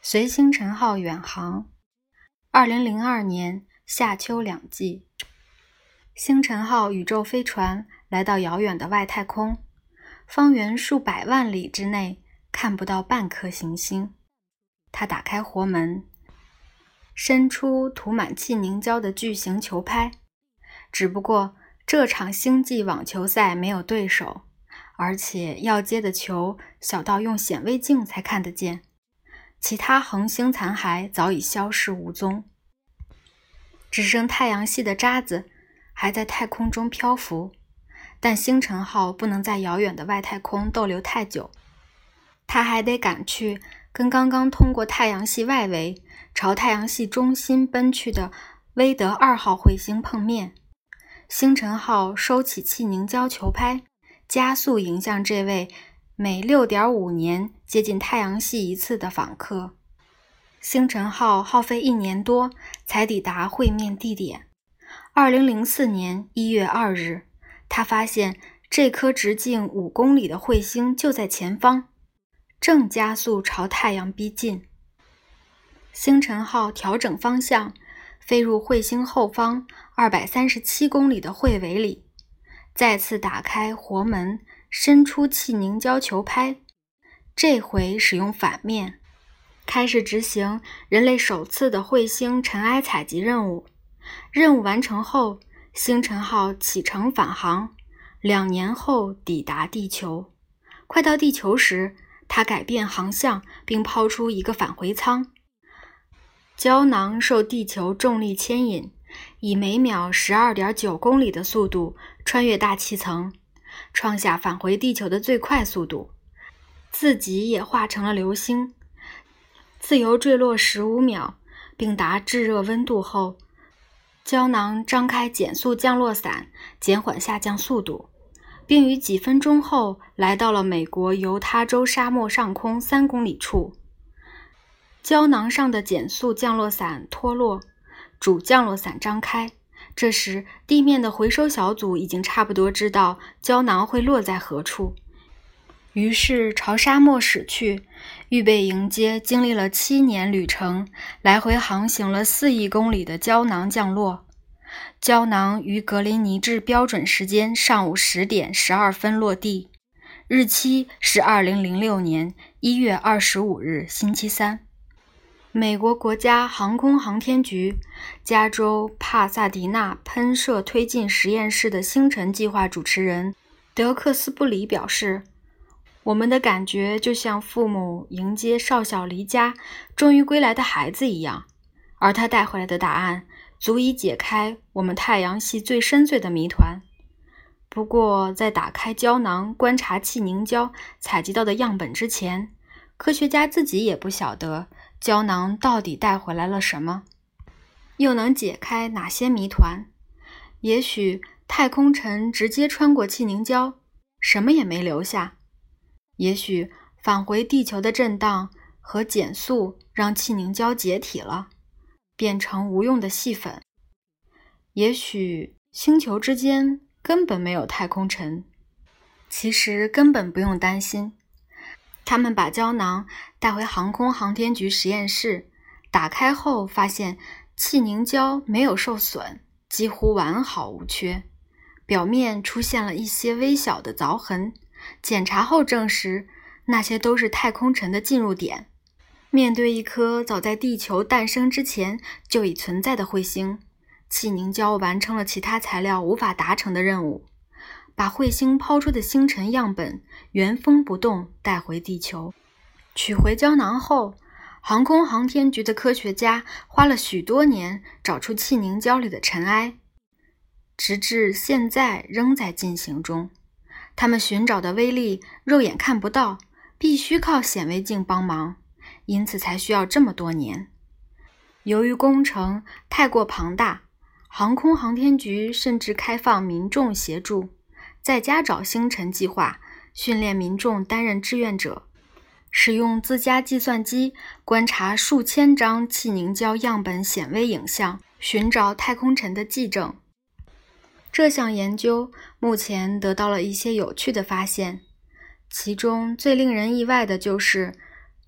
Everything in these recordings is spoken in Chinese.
随星辰号远航。2002年夏秋两季，星辰号宇宙飞船来到遥远的外太空，方圆数百万里之内看不到半颗行星。它打开活门，伸出涂满气凝胶的巨型球拍。只不过这场星际网球赛没有对手，而且要接的球小到用显微镜才看得见。其他恒星残骸早已消失无踪，只剩太阳系的渣子还在太空中漂浮。但星辰号不能在遥远的外太空逗留太久，它还得赶去跟刚刚通过太阳系外围朝太阳系中心奔去的威德2号彗星碰面。星辰号收起气凝胶球拍，加速迎向这位每 6.5 年接近太阳系一次的访客。星辰号耗费1年多才抵达会面地点。2004年1月2日，他发现这颗直径5公里的彗星就在前方，正加速朝太阳逼近。星辰号调整方向，飞入彗星后方237公里的彗尾里，再次打开活门，伸出气凝胶球拍，这回使用反面，开始执行人类首次的彗星尘埃采集任务。任务完成后，星辰号启程返航，2年后抵达地球。快到地球时，它改变航向，并抛出一个返回舱。胶囊受地球重力牵引，以每秒 12.9 公里的速度穿越大气层，创下返回地球的最快速度，自己也化成了流星。自由坠落15秒，并达炙热温度后，胶囊张开减速降落伞，减缓下降速度，并于几分钟后来到了美国犹他州沙漠上空3公里处。胶囊上的减速降落伞脱落，主降落伞张开。这时地面的回收小组已经差不多知道胶囊会落在何处，于是朝沙漠驶去，预备迎接经历了7年旅程，来回航行了4亿公里的胶囊降落。胶囊于格林尼治标准时间上午10点12分落地，日期是2006年1月25日星期三。美国国家航空航天局加州帕萨迪纳喷射推进实验室的星辰计划主持人德克斯布里表示，我们的感觉就像父母迎接少小离家终于归来的孩子一样，而他带回来的答案足以解开我们太阳系最深邃的谜团。不过在打开胶囊观察气凝胶采集到的样本之前，科学家自己也不晓得胶囊到底带回来了什么，又能解开哪些谜团。也许太空尘直接穿过气凝胶，什么也没留下。也许返回地球的震荡和减速让气凝胶解体了，变成无用的细粉。也许星球之间根本没有太空尘。其实根本不用担心。他们把胶囊带回航空航天局实验室，打开后发现气凝胶没有受损，几乎完好无缺，表面出现了一些微小的凿痕，检查后证实那些都是太空尘的进入点。面对一颗早在地球诞生之前就已存在的彗星，气凝胶完成了其他材料无法达成的任务，把彗星抛出的星尘样本原封不动带回地球。取回胶囊后，航空航天局的科学家花了许多年找出气凝胶里的尘埃，直至现在仍在进行中。他们寻找的微粒肉眼看不到，必须靠显微镜帮忙，因此才需要这么多年。由于工程太过庞大，航空航天局甚至开放民众协助，在家找星辰计划，训练民众担任志愿者，使用自家计算机观察数千张气凝胶样本显微影像，寻找太空尘的迹证。这项研究目前得到了一些有趣的发现，其中最令人意外的就是，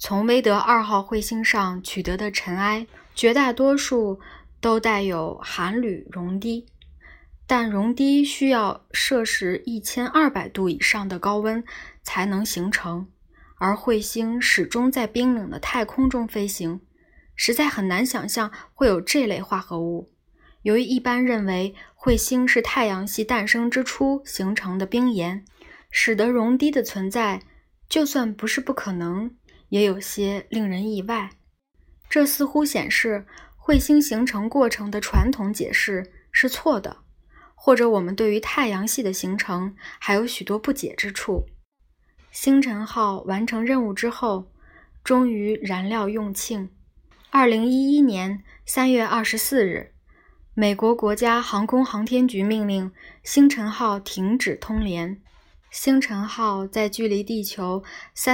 从威德2号彗星上取得的尘埃，绝大多数都带有含铝熔滴，但熔滴需要摄氏1200度以上的高温才能形成，而彗星始终在冰冷的太空中飞行，实在很难想象会有这类化合物。由于一般认为彗星是太阳系诞生之初形成的冰岩，使得熔滴的存在就算不是不可能，也有些令人意外。这似乎显示彗星形成过程的传统解释是错的，或者我们对于太阳系的形成还有许多不解之处。星辰号完成任务之后，终于燃料用罄。2011年3月24日，美国国家航空航天局命令星辰号停止通联。星辰号在距离地球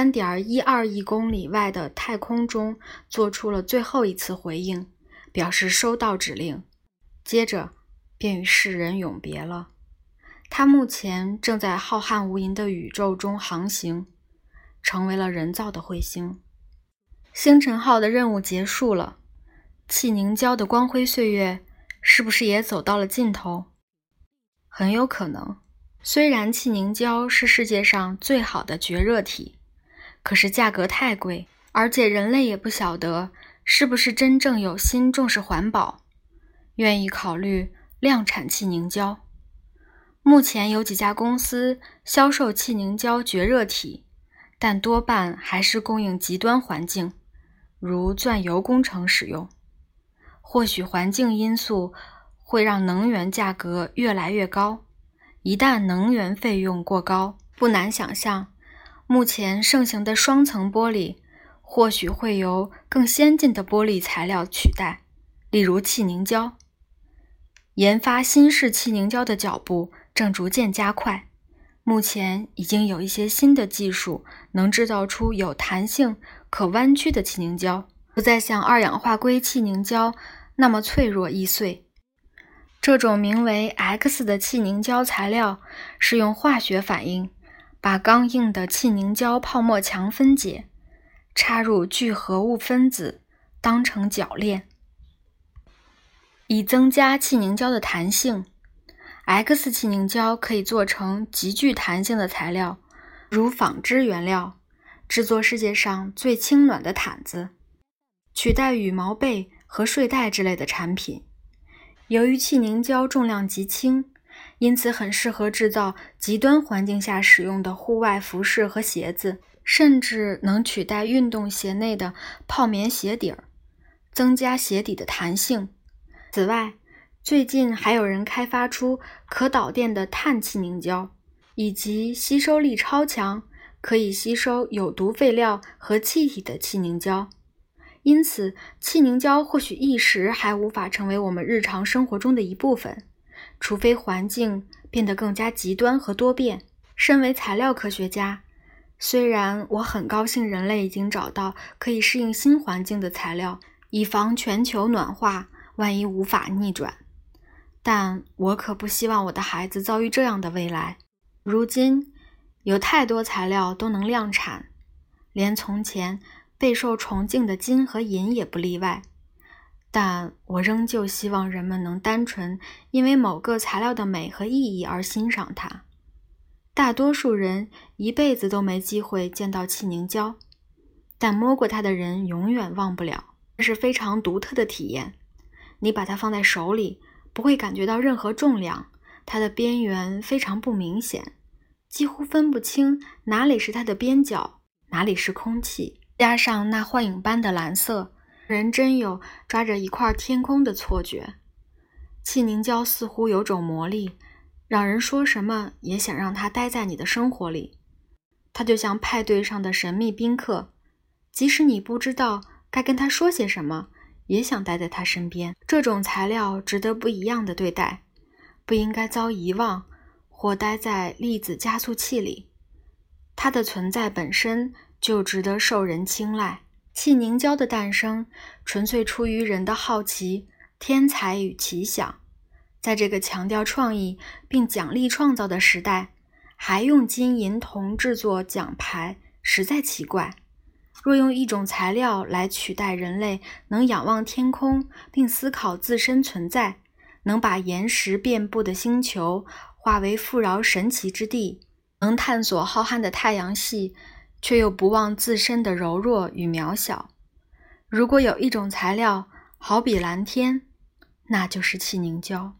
3.12 亿公里外的太空中做出了最后一次回应，表示收到指令，接着便与世人永别了。它目前正在浩瀚无垠的宇宙中航行，成为了人造的彗星。星辰号的任务结束了，气凝胶的光辉岁月是不是也走到了尽头？很有可能。虽然气凝胶是世界上最好的绝热体，可是价格太贵，而且人类也不晓得是不是真正有心重视环保，愿意考虑量产气凝胶。目前有几家公司销售气凝胶绝热体，但多半还是供应极端环境，如钻油工程使用。或许环境因素会让能源价格越来越高，一旦能源费用过高，不难想象，目前盛行的双层玻璃或许会由更先进的玻璃材料取代，例如气凝胶。研发新式气凝胶的脚步正逐渐加快，目前已经有一些新的技术能制造出有弹性、可弯曲的气凝胶，不再像二氧化硅气凝胶那么脆弱易碎。这种名为 X 的气凝胶材料是用化学反应把刚硬的气凝胶泡沫墙分解，插入聚合物分子当成铰链，以增加气凝胶的弹性。X 气凝胶可以做成极具弹性的材料，如纺织原料，制作世界上最轻暖的毯子，取代羽毛被和睡袋之类的产品。由于气凝胶重量极轻，因此很适合制造极端环境下使用的户外服饰和鞋子，甚至能取代运动鞋内的泡棉鞋底儿，增加鞋底的弹性。此外，最近还有人开发出可导电的碳气凝胶，以及吸收力超强，可以吸收有毒废料和气体的气凝胶。因此，气凝胶或许一时还无法成为我们日常生活中的一部分，除非环境变得更加极端和多变。身为材料科学家，虽然我很高兴人类已经找到可以适应新环境的材料，以防全球暖化万一无法逆转，但我可不希望我的孩子遭遇这样的未来。如今，有太多材料都能量产，连从前备受崇敬的金和银也不例外，但我仍旧希望人们能单纯因为某个材料的美和意义而欣赏它。大多数人一辈子都没机会见到气凝胶，但摸过它的人永远忘不了，这是非常独特的体验。你把它放在手里，不会感觉到任何重量，它的边缘非常不明显，几乎分不清哪里是它的边角，哪里是空气。加上那幻影般的蓝色，人真有抓着一块天空的错觉。气凝胶似乎有种魔力，让人说什么也想让它待在你的生活里。它就像派对上的神秘宾客，即使你不知道该跟他说些什么，也想待在他身边。这种材料值得不一样的对待，不应该遭遗忘或待在粒子加速器里。它的存在本身就值得受人青睐。气凝胶的诞生纯粹出于人的好奇、天才与奇想。在这个强调创意并奖励创造的时代，还用金银铜制作奖牌，实在奇怪。 若用一种材料来取代人类能仰望天空并思考自身存在，能把岩石遍布的星球化为富饶神奇之地，能探索浩瀚的太阳系，却又不忘自身的柔弱与渺小。如果有一种材料好比蓝天，那就是气凝胶。